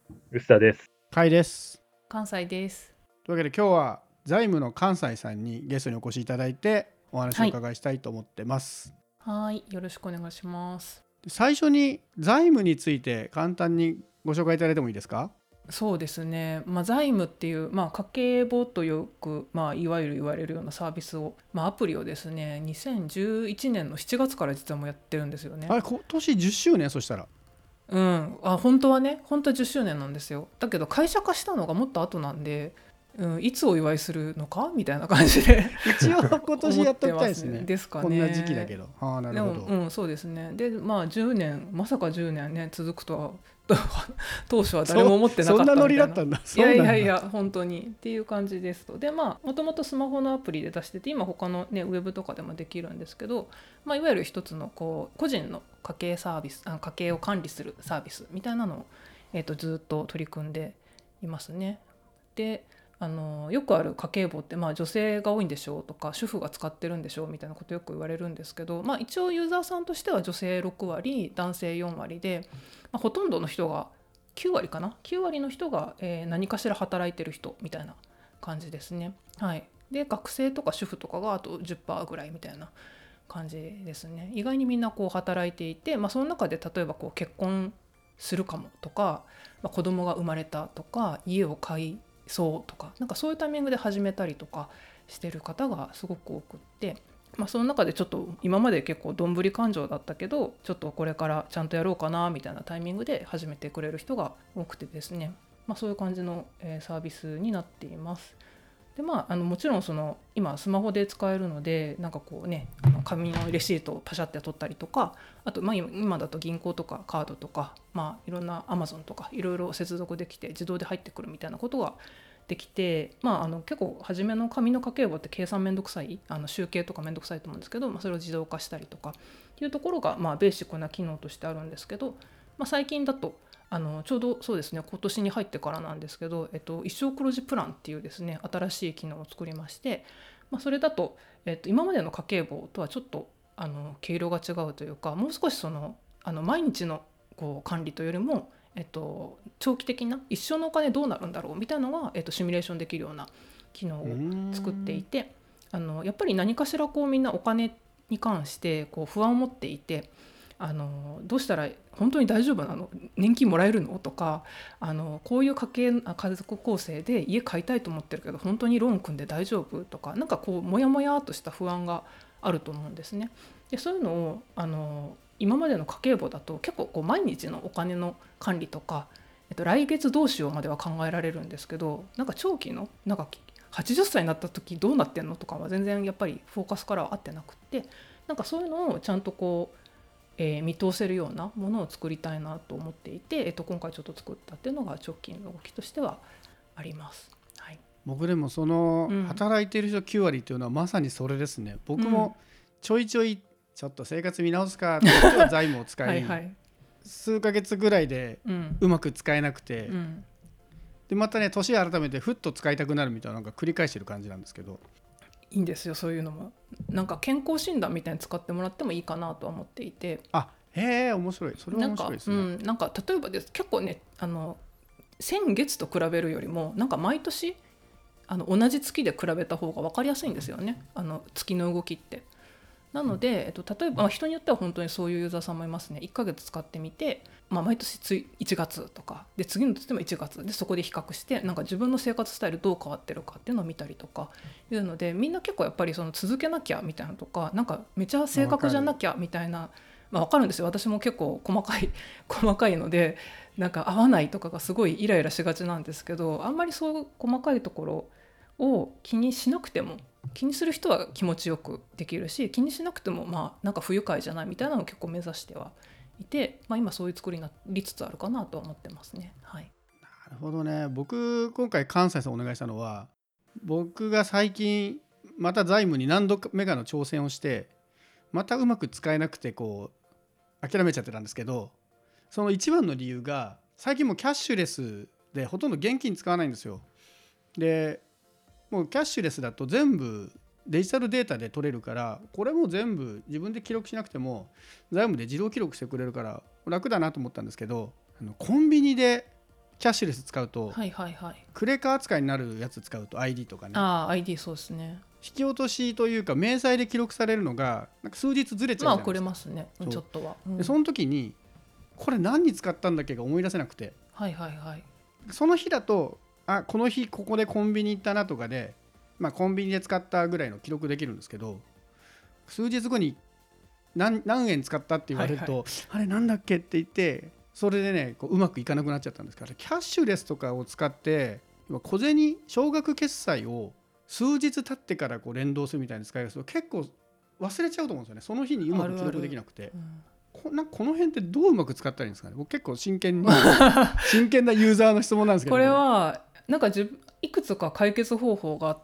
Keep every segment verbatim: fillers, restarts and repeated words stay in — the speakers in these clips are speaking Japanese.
臼田です。 甲斐です。 関西です。 というわけで今日は財務の関西さんにゲストにお越しいただいてお話をお伺いしたいと思ってます。 はい、よろしくお願いします。 最初に財務について簡単にご紹介いただいてもいいですか？ そうですね、まあ、財務っていう、まあ、家計簿とよく、まあ、いわゆる言われるようなサービスを、まあ、アプリをですねにせんじゅういちねんのしちがつから実はもうやってるんですよね。 あれ今年じゅっしゅうねん。そしたらうん、あ本当はね本当はじゅっしゅうねんなんですよ。だけど会社化したのがもっと後なんで、うん、いつお祝いするのかみたいな感じで一応今年やっときたいですね。 思ってますねですかね。 こんな時期だけど。ああ、なるほど。 でも、うん、そうですね。でまあじゅうねんまさかじゅうねんね続くとは当初は誰も思ってなかったみたいな。 そんなノリだったんだ。 いやいやいや本当にっていう感じですと。でまあもともとスマホのアプリで出してて今他のねウェブとかでもできるんですけど、まあ、いわゆる一つのこう個人の家計サービスあ家計を管理するサービスみたいなのを、えー、とずっと取り組んでいますね。であのよくある家計簿って、まあ、女性が多いんでしょうとか主婦が使ってるんでしょうみたいなことよく言われるんですけど、まあ、一応ユーザーさんとしては女性ろくわり男性よんわりで、まあ、ほとんどの人がきゅうわりかなきゅうわりの人が、えー何かしら働いてる人みたいな感じですね。はい、で学生とか主婦とかがあと じゅっパーセント ぐらいみたいな感じですね。意外にみんなこう働いていて、まあ、その中で例えばこう結婚するかもとか、まあ、子供が生まれたとか家を買いそうとかなんかそういうタイミングで始めたりとかしてる方がすごく多くって、まあ、その中でちょっと今まで結構どんぶり勘定だったけどちょっとこれからちゃんとやろうかなみたいなタイミングで始めてくれる人が多くてですね、まあ、そういう感じの、えーサービスになっています。でまあ、あのもちろんその今スマホで使えるのでなんかこうねあの紙のレシートをパシャって取ったりとかあとまあ今今だと銀行とかカードとか、まあ、いろんなアマゾンとかいろいろ接続できて自動で入ってくるみたいなことができて、まあ、あの結構初めの紙の家計簿って計算めんどくさいあの集計とかめんどくさいと思うんですけど、まあ、それを自動化したりとかっていうところが、まあ、ベーシックな機能としてあるんですけど、まあ、最近だとあのちょうどそうですね今年に入ってからなんですけど、えっと、一生黒字プランっていうですね新しい機能を作りまして、まあ、それだと、えっと、今までの家計簿とはちょっとあの毛色が違うというかもう少しそのあの毎日のこう管理というよりも、えっと、長期的な一生のお金どうなるんだろうみたいなのが、えっと、シミュレーションできるような機能を作っていて、あのやっぱり何かしらこうみんなお金に関してこう不安を持っていてあのどうしたら本当に大丈夫なの年金もらえるのとかあのこういう家計家族構成で家買いたいと思ってるけど本当にローン組んで大丈夫とかなんかこうモヤモヤっとした不安があると思うんですね。でそういうのをあの今までの家計簿だと結構こう毎日のお金の管理とか、えっと、来月どうしようまでは考えられるんですけどなんか長期のなんかはちじゅっさいになった時どうなってんのとかは全然やっぱりフォーカスからは合ってなくってなんかそういうのをちゃんとこうえー、見通せるようなものを作りたいなと思っていて、えっと、今回ちょっと作ったっていうのが直近の動きとしてはあります。はい、 僕でもその、うん、働いている人きゅうわりっていうのはまさにそれですね。僕もちょいちょいちょっと生活見直すかって人は財務を使いはい、はい、数ヶ月ぐらいでうまく使えなくて、うん、でまたね年改めてふっと使いたくなるみたいなのが繰り返してる感じなんですけど、 いいんですよそういうのもなんか健康診断みたいに使ってもらってもいいかなとは思っていて、 あへえ面白いそれは面白いですね。 なんか、うん、なんか例えばです結構ねあの先月と比べるよりもなんか毎年あの同じ月で比べた方が分かりやすいんですよねあの月の動きって。なので、えっと、例えば、まあ、人によっては本当にそういうユーザーさんもいますね。いっかげつ使ってみて、まあ、毎年ついいちがつとかで次の年でもいちがつでそこで比較してなんか自分の生活スタイルどう変わってるかっていうのを見たりとかいうのでみんな結構やっぱりその続けなきゃみたいなとかなんかめちゃ正確じゃなきゃみたいな、まあ、分かるんですよ。私も結構細かい細かいのでなんか合わないとかがすごいイライラしがちなんですけどあんまりそう細かいところを気にしなくても気にする人は気持ちよくできるし気にしなくてもまあなんか不愉快じゃないみたいなのを結構目指してはいて、まあ、今そういう作りになりつつあるかなとは思ってますね。はい、 なるほどね。僕今回関西さんお願いしたのは僕が最近また財務に何度目かの挑戦をしてまたうまく使えなくてこう諦めちゃってたんですけどその一番の理由が最近もうキャッシュレスでほとんど現金使わないんですよ。でもうキャッシュレスだと全部デジタルデータで取れるからこれも全部自分で記録しなくても財務で自動記録してくれるから楽だなと思ったんですけどあのコンビニでキャッシュレス使うと、 はいはいはい、 クレカ扱いになるやつ使うと アイディー とかね、 ああ アイディー そうですね、 引き落としというか明細で記録されるのがなんか数日ずれちゃうじゃないですか。 まあ遅れますね、 そうちょっとは、うん、 でその時にこれ何に使ったんだっけが思い出せなくて、 はいはいはい、 その日だとあこの日ここでコンビニ行ったなとかで、まあ、コンビニで使ったぐらいの記録できるんですけど、数日後に 何, 何円使ったって言われると、はいはい、あれなんだっけって言ってそれでねこううまくいかなくなっちゃったんですから、キャッシュレスとかを使って今小銭少額決済を数日経ってからこう連動するみたいな使い方すると結構忘れちゃうと思うんですよね。その日にうまく記録できなくて、あるある、うん、こ, なんかこの辺ってどううまく使ったらいいんですかね。僕結構真剣に真剣なユーザーの質問なんですけど、 これはなんか自いくつか解決方法があって、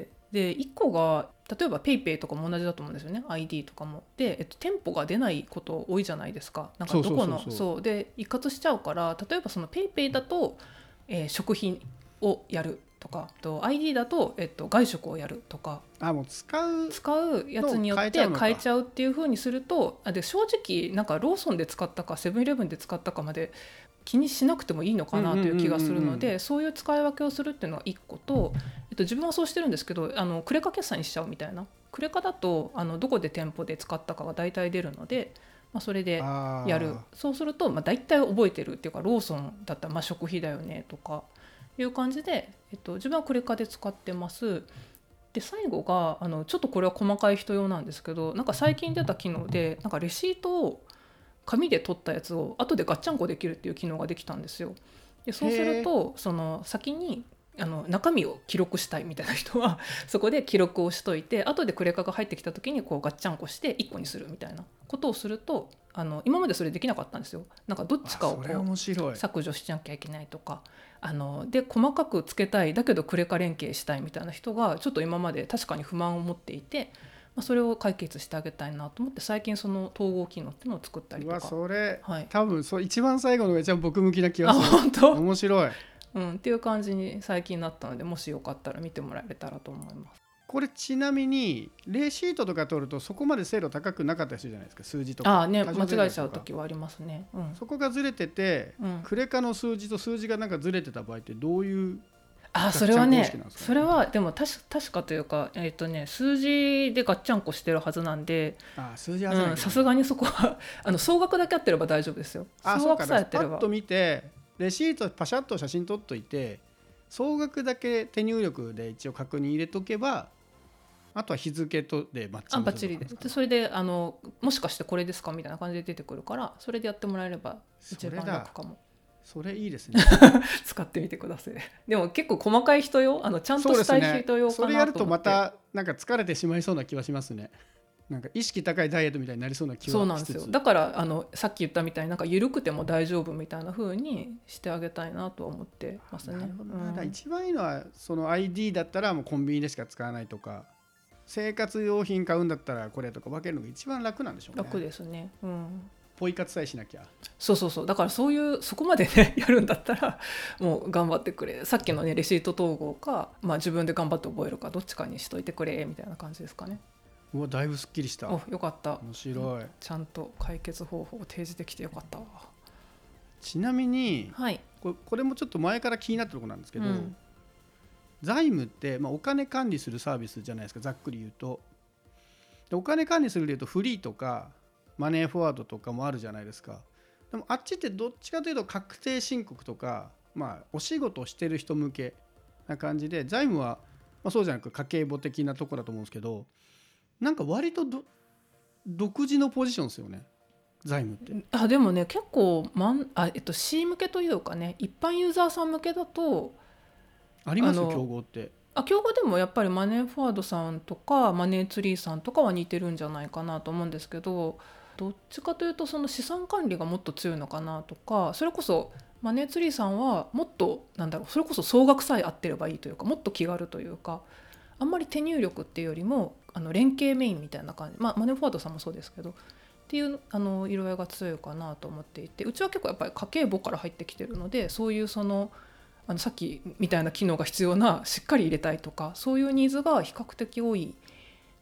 でいっこが例えば PayPay とかも同じだと思うんですよね。 アイディー とかもで、えっと、店舗が出ないこと多いじゃないですか。なんかどこのそうで一括しちゃうから、例えばその PayPay だと、えー、食品をやるとか、と アイディー だと、えっと、外食をやるとか、 あもう使う使うやつによって変えちゃうっていう風にすると、あで正直なんかローソンで使ったかセブンイレブンで使ったかまで気にしなくてもいいのかなという気がするので、そういう使い分けをするっていうのがいっこと、えっと、自分はそうしてるんですけど、あのクレカ決済にしちゃうみたいな。クレカだとあのどこで店舗で使ったかが大体出るので、まあ、それでやる。そうすると、まあ、大体覚えてるっていうか、ローソンだったらまあ食費だよねとかいう感じで、えっと、自分はクレカで使ってます。で最後があのちょっとこれは細かい人用なんですけど、なんか最近出た機能でなんかレシートを紙で取ったやつを後でガッチャンコできるっていう機能ができたんですよ。でそうするとその先にあの中身を記録したいみたいな人はそこで記録をしといて、後でクレカが入ってきた時にこうガッチャンコしていっこにするみたいなことをすると、あの今までそれできなかったんですよ。なんかどっちかをこう削除しなきゃいけないとか、あので細かくつけたいだけどクレカ連携したいみたいな人がちょっと今まで確かに不満を持っていて、まあ、それを解決してあげたいなと思って最近その統合機能っていうのを作ったりとか。 うわそれ、 はい、 多分そう一番最後のが一番僕向きな気がする。 あ本当面白い、 うん、っていう感じに最近なったので、もしよかったら見てもらえたらと思います。 これちなみにレシートとか取るとそこまで精度高くなかったりするじゃないですか、数字とか。 ああね、間違えちゃう時はありますね、うん、 そこがずれてて、うん、クレカの数字と数字がなんかずれてた場合ってどういうあそれはね、それはでも確かというか、えーとね、数字でガッチャンコしてるはずなんで、さすがにそこはあの総額だけやってれば大丈夫ですよ。総額さえやってれば。 パッと見てレシートパシャッと写真撮っといて総額だけ手入力で一応確認入れとけば、あとは日付とでマッチングする。あバッチリです。でそれであのもしかしてこれですかみたいな感じで出てくるから、それでやってもらえれば一番楽かも。 それいいですね使ってみてください。でも結構細かい人用、あのちゃんとしたい人用かなと思って。 それやるとまたなんか疲れてしまいそうな気はしますね。なんか意識高いダイエットみたいになりそうな気はしつつ。 そうなんですよ。だからあのさっき言ったみたいになんか緩くても大丈夫みたいな風にしてあげたいなと思ってますね。 なるほど、うん、だ一番いいのはその アイディー だったらもうコンビニでしか使わないとか、生活用品買うんだったらこれとか分けるのが一番楽なんでしょうね。 楽ですね、うん、 ポイ活さえしなきゃ。 そうそうそう、だからそういうそこまでねやるんだったらもう頑張ってくれ。さっきのねレシート統合か、まあ、自分で頑張って覚えるかどっちかにしといてくれみたいな感じですかね。 うわだいぶすっきりした。 およかった。 面白い。ちゃんと解決方法を提示できてよかったわ。 ちなみに、 はい、 これ、これもちょっと前から気になったところなんですけど、うん、財務って、まあ、お金管理するサービスじゃないですか、ざっくり言うと。でお金管理するでいうとフリーとかマネーフォワードとかもあるじゃないですか。でもあっちってどっちかというと確定申告とか、まあ、お仕事をしてる人向けな感じで、財務は、まあ、そうじゃなく家計簿的なところだと思うんですけど、なんか割とど独自のポジションですよね、財務って。 あでもね結構マンあ、えっと、C 向けというかね、一般ユーザーさん向けだとありますよ競合って。 あ競合でもやっぱりマネーフォワードさんとかマネーツリーさんとかは似てるんじゃないかなと思うんですけど、どっちかというとその資産管理がもっと強いのかなとか、それこそマネーツリーさんはもっとなんだろう、それこそ総額さえ合ってればいいというか、もっと気軽というか、あんまり手入力っていうよりもあの連携メインみたいな感じ、まあ、マネーフォワードさんもそうですけどっていうあの色合いが強いかなと思っていて、うちは結構やっぱり家計簿から入ってきてるので、そういうそのあのさっきみたいな機能が必要なしっかり入れたいとか、そういうニーズが比較的多い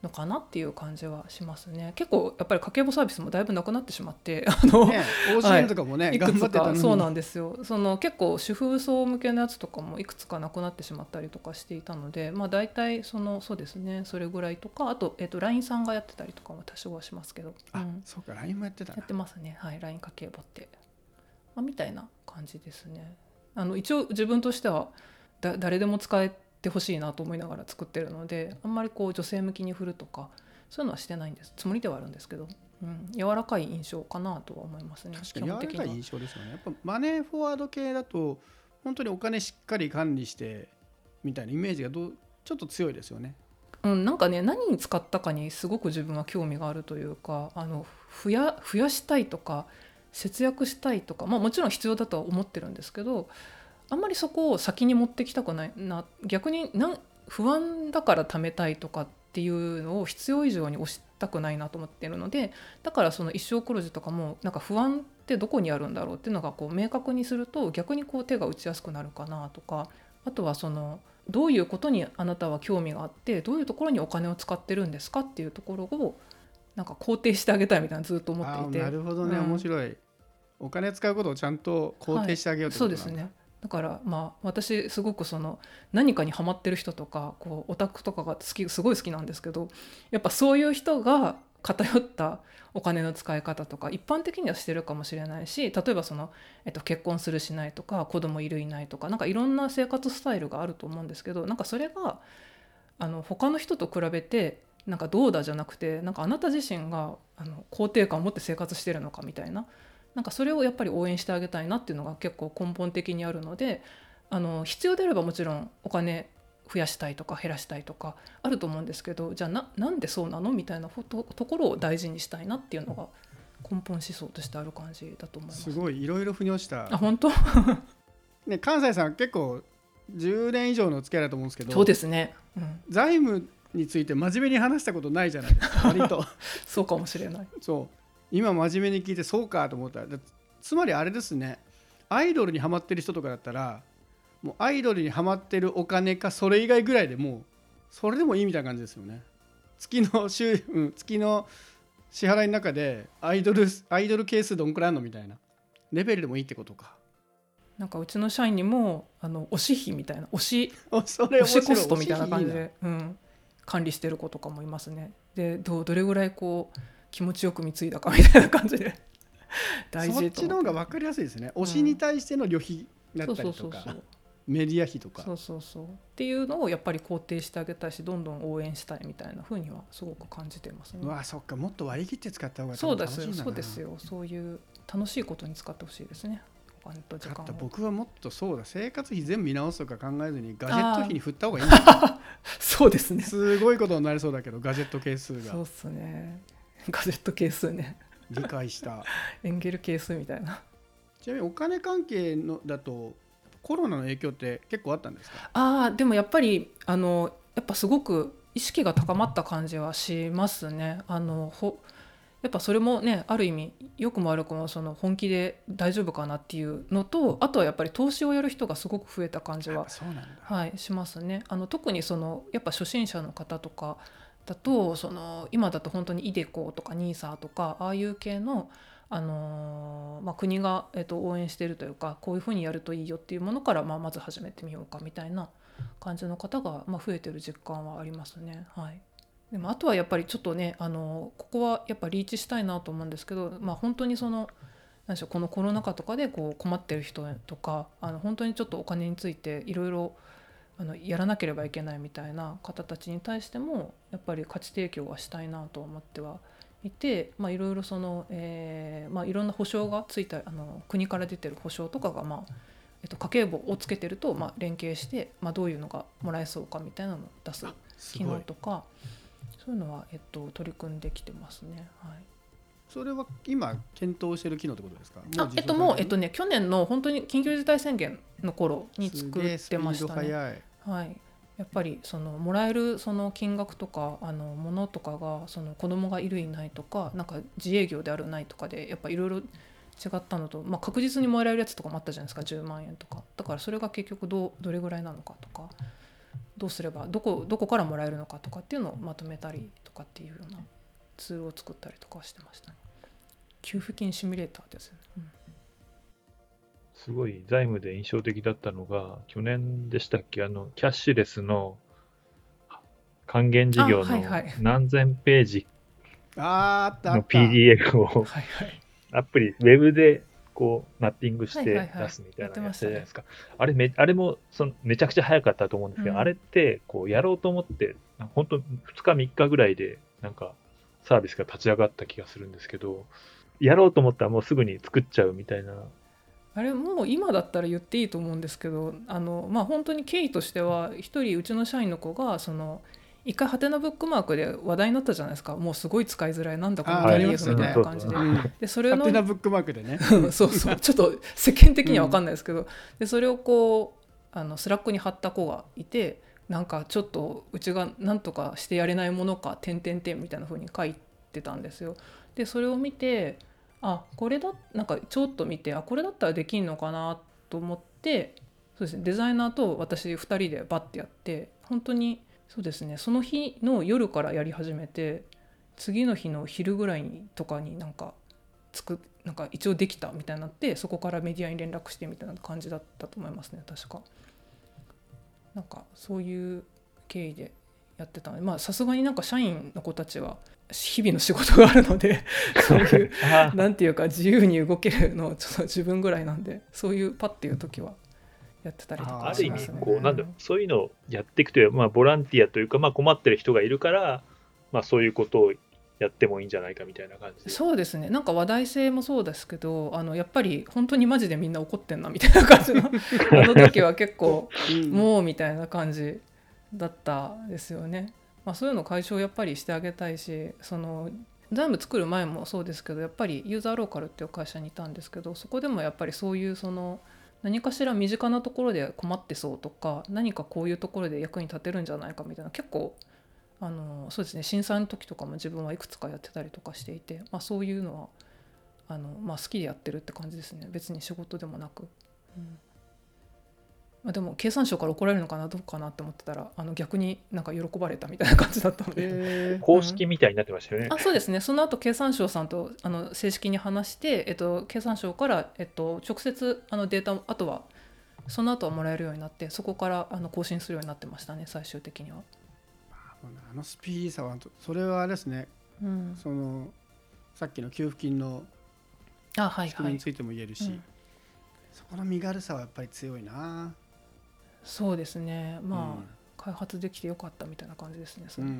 のかなっていう感じはしますね。結構やっぱり家計簿サービスもだいぶなくなってしまってあの、 ね、オーシーエヌ とかもね、 はい、いくつ頑張ってたのに。 かそうなんですよ。その結構主婦層向けのやつとかもいくつかなくなってしまったりとかしていたので、まあ、大体そのそうですね、それぐらいとか、あと、えーと、ライン さんがやってたりとかも多少はしますけど、 あ、 うん、 そうか ライン もやってたな。 やってますね、はい、ライン 家計簿って、まあ、みたいな感じですね。あの一応自分としてはだ誰でも使えてほしいなと思いながら作ってるので、あんまりこう女性向きに振るとかそういうのはしてないんです。つもりではあるんですけど、うん、柔らかい印象かなとは思いますね。 確かに柔らかい印象ですよね。やっぱマネーフォワード系だと本当にお金しっかり管理してみたいなイメージがどうちょっと強いですよね。 うん、なんかね、何に使ったかにすごく自分は興味があるというか、あの増や、増やしたいとか節約したいとか、まあ、もちろん必要だとは思ってるんですけど、あんまりそこを先に持ってきたくないな、逆になん不安だから貯めたいとかっていうのを必要以上に押したくないなと思っているので、だからその一生黒字とかもなんか不安ってどこにあるんだろうっていうのがこう明確にすると逆にこう手が打ちやすくなるかなとか、あとはそのどういうことにあなたは興味があってどういうところにお金を使ってるんですかっていうところをなんか肯定してあげたいみたいなずっと思っていて。 あ、なるほどね、うん、面白い。お金使うことをちゃんと肯定してあげようってことなんだ、はい、そうですね。 だからまあ私すごくその何かにハマってる人とかこうオタクとかが好きすごい好きなんですけど、やっぱそういう人が偏ったお金の使い方とか一般的にはしてるかもしれないし、例えばその、えっと、結婚するしないとか子供いるいないとかなんかいろんな生活スタイルがあると思うんですけど、なんかそれがあの他の人と比べてなんかどうだじゃなくて、なんかあなた自身があの肯定感を持って生活してるのかみたいな、なんかそれをやっぱり応援してあげたいなっていうのが結構根本的にあるので、あの必要であればもちろんお金増やしたいとか減らしたいとかあると思うんですけど、じゃあ な, なんでそうなのみたいな と, ところを大事にしたいなっていうのが根本思想としてある感じだと思います。 すごいいろいろ腑に落ちた。 あ、本当ね、関西さん結構じゅうねん以上の付き合いだと思うんですけど、 そうですね、うん、 財務について真面目に話したことないじゃないですか割とそうかもしれない。 そう今真面目に聞いてそうかと思ったら、つまりあれですね、アイドルにハマってる人とかだったらもうアイドルにハマってるお金かそれ以外ぐらいでもうそれでもいいみたいな感じですよね。月の週、うん、月の支払いの中でアイドルアイドル係数どんくらいあるのみたいなレベルでもいいってことか。なんかうちの社員にもあの推し費みたいな推しそれ推しコストみたいな感じでいい、うん、管理してる子とかもいますね。で ど, どれぐらいこう気持ちよく貢いだかみたいな感じで大事と思って。 そっちの方が分かりやすいですね。推しに対しての旅費だったりとかメディア費とかそうそうそうっていうのをやっぱり肯定してあげたいし、どんどん応援したいみたいな風にはすごく感じてますね。 うわ、そっか、もっと割り切って使った方が楽しいんだな。そうですよ、そうですよ。そういう楽しいことに使ってほしいですね。お金と時間を。 僕はもっとそうだ、生活費全部見直すとか考えずにガジェット費に振った方がいいんだそうですね。 すごいことになりそうだけど、ガジェット係数が。 そうっすね、ガジェット係数ね。 理解したエンゲル係数みたいな。 ちなみにお金関係のだとコロナの影響って結構あったんですか？ あでもやっぱりあのやっぱすごく意識が高まった感じはしますね。あのほやっぱそれもね、ある意味良くも悪くもその本気で大丈夫かなっていうのと、あとはやっぱり投資をやる人がすごく増えた感じは、 そうなんだ、 はい、しますね。あの特にそのやっぱ初心者の方とかだと、その今だと本当にイデコとかニーサとかああいう系のあのーまあ、国が、えー、と応援しているというか、こういうふうにやるといいよっていうものから、まあ、まず始めてみようかみたいな感じの方が、まあ、増えてる実感はありますね。はい、でもあとはやっぱりちょっとね、あのここはやっぱリーチしたいなと思うんですけど、まあ、本当にその何でしょう、このコロナ禍とかでこう困ってる人とか、あの本当にちょっとお金についていろいろやらなければいけないみたいな方たちに対してもやっぱり価値提供はしたいなと思ってはいて、まあ、いろいろその、えーまあ、いろんな保証がついた、あの国から出てる保証とかが、まあえっと、家計簿をつけてると、まあ、連携して、まあ、どういうのがもらえそうかみたいなのを出す機能とか、そういうのは、えっと、取り組んできてますね。はい、それは今検討している機能ってことですか？ あ、えっともう、えっとね、去年の本当に緊急事態宣言の頃に作ってましたね。はい、やっぱりそのもらえるその金額とかあの物とかがその子供がいるいないとか、なんか自営業であるないとかでやっぱいろいろ違ったのと、まあ、確実にもらえるやつとかもあったじゃないですか、じゅうまんえんとか。だからそれが結局 ど, どれぐらいなのかとか、どうすればどこどこからもらえるのかとかっていうのをまとめたりとかっていうようなツールを作ったりとかしてましたね。給付金シミュレーターですよね、うん、 すごい財務で印象的だったのが、去年でしたっけ、あのキャッシュレスの還元事業の何千ページの ピーディーエフ をアプリ、ウェブでこうマッピングして出すみたいなのやったじゃないですか。あれめ、あれもそのめちゃくちゃ早かったと思うんですけど、うん、あれってこうやろうと思って本当ふつかみっかぐらいでなんかサービスが立ち上がった気がするんですけど、やろうと思ったらもうすぐに作っちゃうみたいな。 あれもう今だったら言っていいと思うんですけど、あのまあ本当に経緯としては一人うちの社員の子がその一回ハテナブックマークで話題になったじゃないですか。もうすごい使いづらい、なんだこの ピーディーエフ みたいな感じで、でそれのハテナブックマークでねそうそうちょっと世間的には分かんないですけど、うん、でそれをこうあのスラックに貼った子がいて、なんかちょっとうちがなんとかしてやれないものか点々点みたいな風に書いてたんですよ。でそれを見て、あこれだなんかちょっと見て、あこれだったらできんのかなと思って、そうですね、デザイナーと私ふたりでバッてやって、本当にそうですね、その日の夜からやり始めて、次の日の昼ぐらいにとかになんかつくなんか一応できたみたいになって、そこからメディアに連絡してみたいな感じだったと思いますね、確か。なんかそういう経緯でやってたので、まあさすがになんか社員の子たちは日々の仕事があるのでそういうなんていうか自由に動けるのちょっと自分ぐらいなんで、そういうパッていう時はやってたりとかしますね。 ある意味こうなんだそういうのをやっていくという、まあ、ボランティアというか、まあ、困ってる人がいるから、まあ、そういうことをやってもいいんじゃないかみたいな感じで。 そうですね、なんか話題性もそうですけど、あのやっぱり本当にマジでみんな怒ってんなみたいな感じのあの時は結構もうみたいな感じだったですよね。まあ、そういうの解消やっぱりしてあげたいし、その財務作る前もそうですけど、やっぱりユーザーローカルっていう会社にいたんですけど、そこでもやっぱりそういうその何かしら身近なところで困ってそうとか、何かこういうところで役に立てるんじゃないかみたいな、結構あのそうですね、震災の時とかも自分はいくつかやってたりとかしていて、まあ、そういうのはあの、まあ、好きでやってるって感じですね。別に仕事でもなく、うんまあ、でも経産省から怒られるのかなどうかなって思ってたら、あの逆になんか喜ばれたみたいな感じだったので、 えー、公式みたいになってましたよね、 うん、あそうですね。その後経産省さんとあの正式に話して、えっと、経産省から、えっと、直接あのデータあとはその後はもらえるようになって、そこからあの更新するようになってましたね、最終的には。 あのスピーディーさはそれはあれですね、うん、そのさっきの給付金の仕組みについても言えるし、はいはいうん、そこの身軽さはやっぱり強いな。 そうですね、まあ、うん、開発できてよかったみたいな感じですね、それ、うん、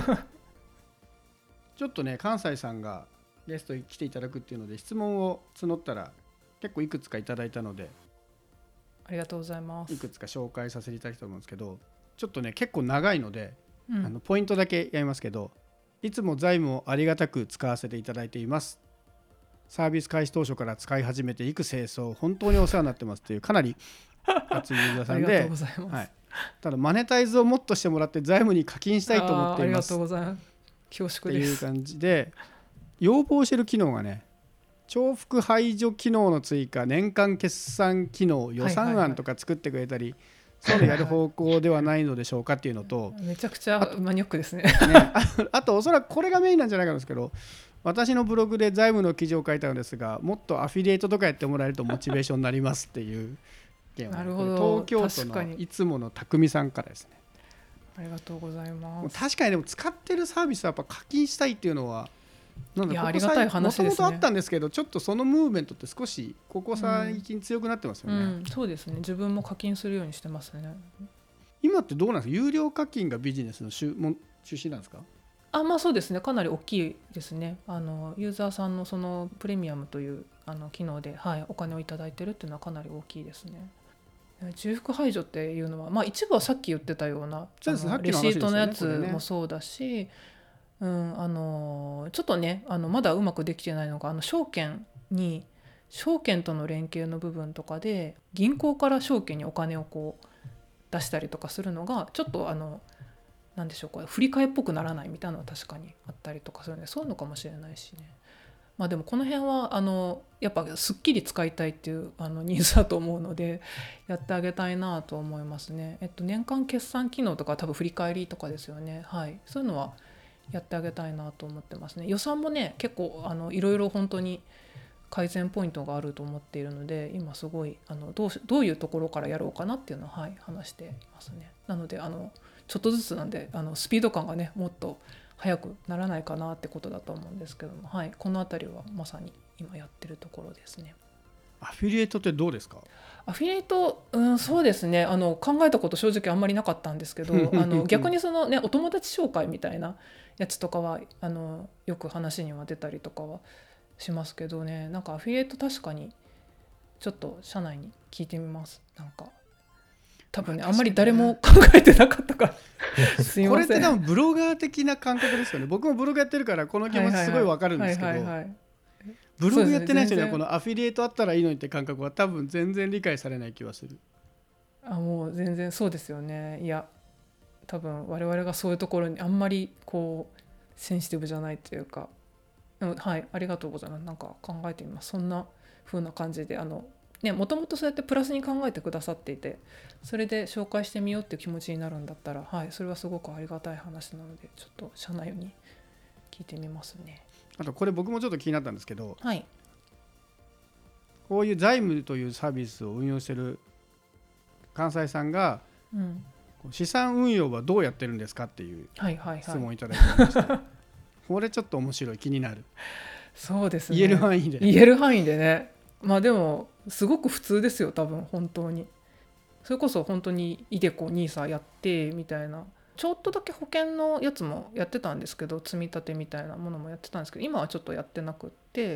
ちょっとね関西さんがゲストに来ていただくっていうので質問を募ったら結構いくつかいただいたので、 ありがとうございます。 いくつか紹介させていただきたいと思うんですけど、ちょっとね結構長いので、うん、あのポイントだけやりますけど、いつも財務をありがたく使わせていただいています。サービス開始当初から使い始めていく清掃本当にお世話になってますっていうかなり熱いユーザーさんでありがとうございます、はい、ただマネタイズをもっとしてもらって財務に課金したいと思っています。 ありがとうございます。恐縮です。 っていう感じで要望してる機能がね、重複排除機能の追加、年間決算機能、予算案とか作ってくれたり、はいはいはい、そういうのやる方向ではないのでしょうかっていうのとめちゃくちゃマニアックです ね, ねあ, あとおそらくこれがメインなんじゃないかんですけど、私のブログで財務の記事を書いたのですが、もっとアフィリエイトとかやってもらえるとモチベーションになりますっていうなるほど、 東京都のいつもの匠さんからですね。 ありがとうございます。 確かにでも使ってるサービスはやっぱ課金したいっていうのはなんだ、 いやありがたい話ですね。 もともとあったんですけど、ちょっとそのムーブメントって少しここ最近強くなってますよね、 うんうん、そうですね。自分も課金するようにしてますね。 今ってどうなんですか、有料課金がビジネスの趣旨なんですか。 あ、まあそうですね、かなり大きいですね。あのユーザーさんのそのプレミアムというあの機能で、はい、お金をいただいてるっていうのはかなり大きいですね。重複排除っていうのは、まあ、一部はさっき言ってたようなレシートのやつもそうだし、うん、あのちょっとねあのまだうまくできてないのが、あの証券に証券との連携の部分とかで銀行から証券にお金をこう出したりとかするのがちょっとあのなんでしょう、これ振り替えっぽくならないみたいなのは確かにあったりとかするので、そういうのかもしれないしね。まあ、でもこの辺はあのやっぱすっきり使いたいっていうあのニーズだと思うのでやってあげたいなと思いますね。えっと、年間決算機能とか多分振り返りとかですよね、はい、そういうのはやってあげたいなと思ってますね。予算もね結構あのいろいろ本当に改善ポイントがあると思っているので、今すごいあのどうしどういうところからやろうかなっていうのを、はい、話していますね。なのであのちょっとずつなんであのスピード感がねもっと速くならないかなってことだと思うんですけども、はい、このあたりはまさに今やってるところですね。 アフィリエイトってどうですか？ アフィリエイト、うん、そうですね、あの考えたこと正直あんまりなかったんですけどあの逆にその、ね、お友達紹介みたいなやつとかはあのよく話には出たりとかはしますけどね、なんかアフィリエイト確かにちょっと社内に聞いてみます。なんか多分ねあんまり誰も考えてなかったからすいません。 これって多分ブロガー的な感覚ですよね。僕もブログやってるからこの気持ちすごいわかるんですけど、ブログやってない人にはこのアフィリエイトあったらいいのにって感覚は多分全然理解されない気はする。 あ、もう全然そうですよね。いや多分我々がそういうところにあんまりこうセンシティブじゃないっていうか、はい、ありがとうございます。なんか考えてみます。そんな風な感じであのね、もともとそうやってプラスに考えてくださっていて、それで紹介してみようっていう気持ちになるんだったら、はい、それはすごくありがたい話なのでちょっと社内に聞いてみますね。 あとこれ僕もちょっと気になったんですけど、 はい、 こういう財務というサービスを運用している関西さんが、うん、資産運用はどうやってるんですかっていう質問をいただいてました、はいはいはい、これちょっと面白い、気になる。 そうですね、 言える範囲で言える範囲でね、まあでもすごく普通ですよ多分。本当にそれこそ本当にイデコ ニーサ やってみたいな、ちょっとだけ保険のやつもやってたんですけど、積み立てみたいなものもやってたんですけど、今はちょっとやってなくって、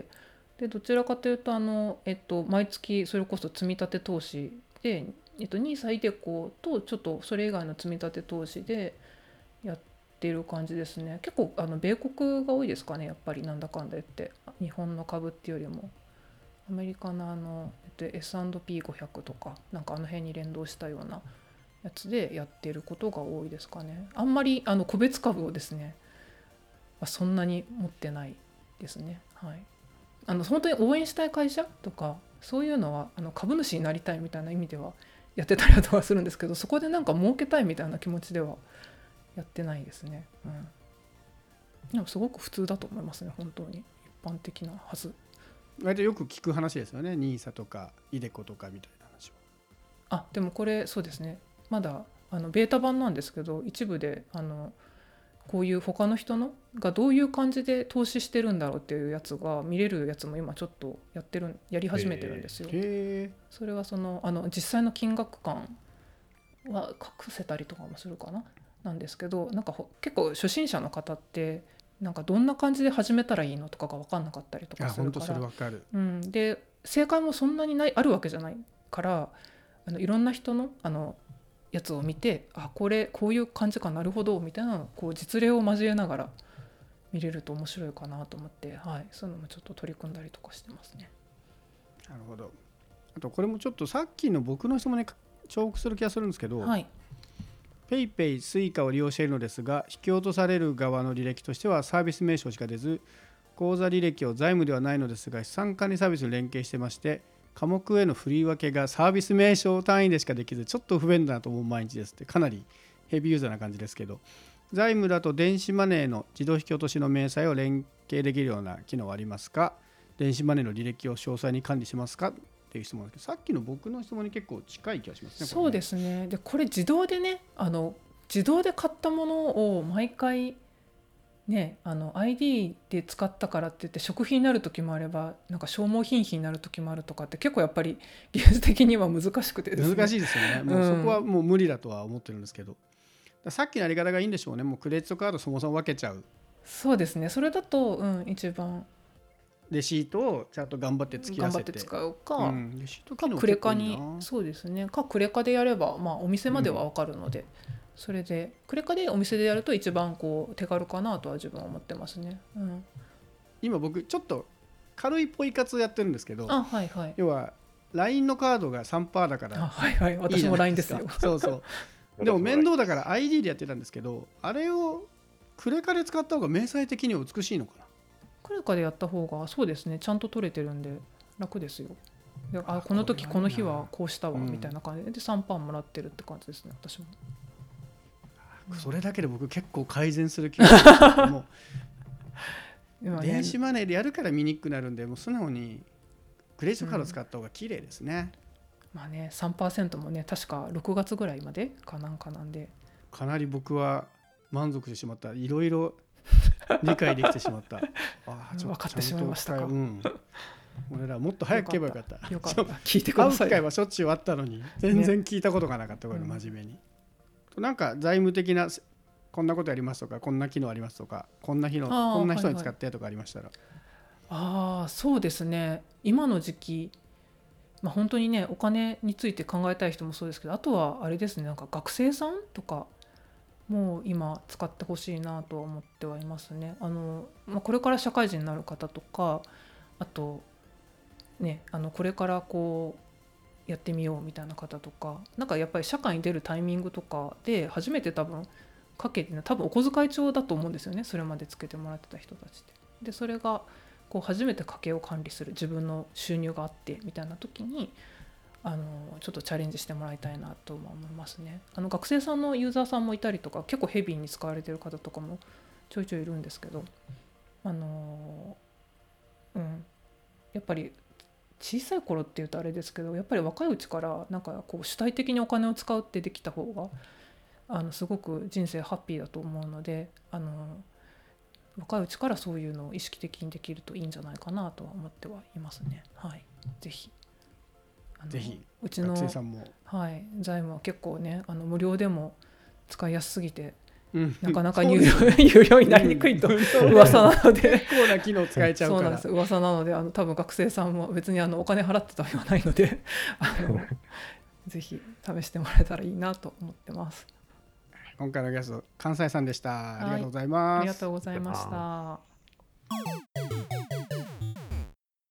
でどちらかというとあの、えっと、毎月それこそ積み立て投資で、えっと、ニーサ イデコとちょっとそれ以外の積み立て投資でやってる感じですね。結構あの米国が多いですかね、やっぱり。なんだかんだ言って日本の株っていうよりもアメリカのあの、えっと、エスアンドピーごひゃく とかなんかあの辺に連動したようなやつでやっていることが多いですかね。あんまりあの個別株をですねそんなに持ってないですね。はい、あの本当に応援したい会社とかそういうのはあの株主になりたいみたいな意味ではやってたりとかするんですけど、そこでなんか儲けたいみたいな気持ちではやってないですね。うん、でもすごく普通だと思いますね。本当に一般的なはず。 割とよく聞く話ですよね、ニーサとかイデコとかみたいな話は。 あ、でもこれそうですね、まだあのベータ版なんですけど、一部であのこういう他の人のがどういう感じで投資してるんだろうっていうやつが見れるやつも今ちょっとやってるやり始めてるんですよ。 へー。 それはそのあの実際の金額感は隠せたりとかもするかななんですけど、なんか結構初心者の方ってなんかどんな感じで始めたらいいのとかが分かんなかったりとかするから、 本当それ分かる、 うん、で正解もそんなにないあるわけじゃないから、あのいろんな人のあのやつを見て、あこれこういう感じかなるほどみたいなのをこう実例を交えながら見れると面白いかなと思って、はい、そういうのもちょっと取り組んだりとかしてますね。 なるほど。あとこれもちょっとさっきの僕の質問に重複する気がするんですけど、 はい、 ペイペイスイカを利用しているのですが、引き落とされる側の履歴としてはサービス名称しか出ず、口座履歴を財務ではないのですが資産管理サービスに連携してまして、科目への振り分けがサービス名称単位でしかできず、ちょっと不便だなと思う毎日ですって、かなりヘビーユーザーな感じですけど、財務だと電子マネーの自動引き落としの明細を連携できるような機能はありますか？電子マネーの履歴を詳細に管理しますかっていう質問ですけど、さっきの僕の質問に結構近い気がしますね。 そうですね。でこれ自動でね、あの自動で買ったものを毎回ね、あの アイディー で使ったからって言って食費になる時もあれば、なんか消耗品費になる時もあるとかって結構やっぱり技術的には難しくてですね。 難しいですよね。もうそこはもう無理だとは思ってるんですけど、うん、さっきのやり方がいいんでしょうね。もうクレジットカードそもそも分けちゃう。 そうですね。それだと、うん、一番レシートをちゃんと頑張って付き合わせて頑張って使うか、 うん、レシート機能クレカにそうですねかクレカでやれば、まあ、お店までは分かるので、うん、それでクレカでお店でやると一番こう手軽かなとは自分は思ってますね。うん、 今僕ちょっと軽いポイ活やってるんですけど、 あ、はいはい、 要は ライン のカードが さんパーセント だからいい、 はいはい、私も ライン ですよ。 そうそうでも面倒だから アイディー でやってたんですけど、あれをクレカで使った方が明細的には美しいのかな。 クレカでやった方がそうですね、ちゃんと取れてるんで楽ですよ。であこの時この日はこうしたわみたいな感じで、うん、で さんパーセント もらってるって感じですね、私も。 それだけで僕結構改善する気がするもう今ね電子マネーでやるから見にくくなるんで、もう素直にクレジットカード使った方が綺麗ですね、 うん、まあね さんパーセント もね確かろくがつぐらいまでかなんかなんで、 かなり僕は満足してしまった。いろいろ理解できてしまったあ分かってしまいましたか。 うん、俺らもっと早く聞けばよかった。 よかった聞いてください。 会う機会はしょっちゅうあったのに全然聞いたことがなかった、ね、これ真面目に、うん、なんか財務的なこんなことやりますとか、こんな機能ありますとか、こんな日のこんな人に使ってとかありましたら、 はいはい、ああそうですね。今の時期、まあ、本当にねお金について考えたい人もそうですけど、あとはあれですね、なんか学生さんとかもう今使ってほしいなとは思ってはいますね。あの、まあ、これから社会人になる方とか、あとね、あのこれからこうやってみようみたいな方とか、なんかやっぱり社会に出るタイミングとかで初めて多分かけて、ね、多分お小遣い帳だと思うんですよね、それまでつけてもらってた人たちって。でそれがこう初めて家計を管理する、自分の収入があってみたいな時にあのちょっとチャレンジしてもらいたいなと思いますね。あの学生さんのユーザーさんもいたりとか、結構ヘビーに使われてる方とかもちょいちょいいるんですけど、あの、うん、やっぱり小さい頃っていうとあれですけど、やっぱり若いうちからなんかこう主体的にお金を使うってできた方があのすごく人生ハッピーだと思うので、あの若いうちからそういうのを意識的にできるといいんじゃないかなとは思ってはいますね。はい、ぜひぜひうちの学生さんも、 はい、財務は結構ねあの無料でも使いやすすぎて、 うん、 なかなか有料、有料になりにくいと噂なので、 結構な機能使えちゃうから。 そうなんです、噂なので、あの多分学生さんも別にあのお金払ってたわけはないのであのぜひ試してもらえたらいいなと思ってます。 今回のゲスト関西さんでした。ありがとうございます。 ありがとうございました。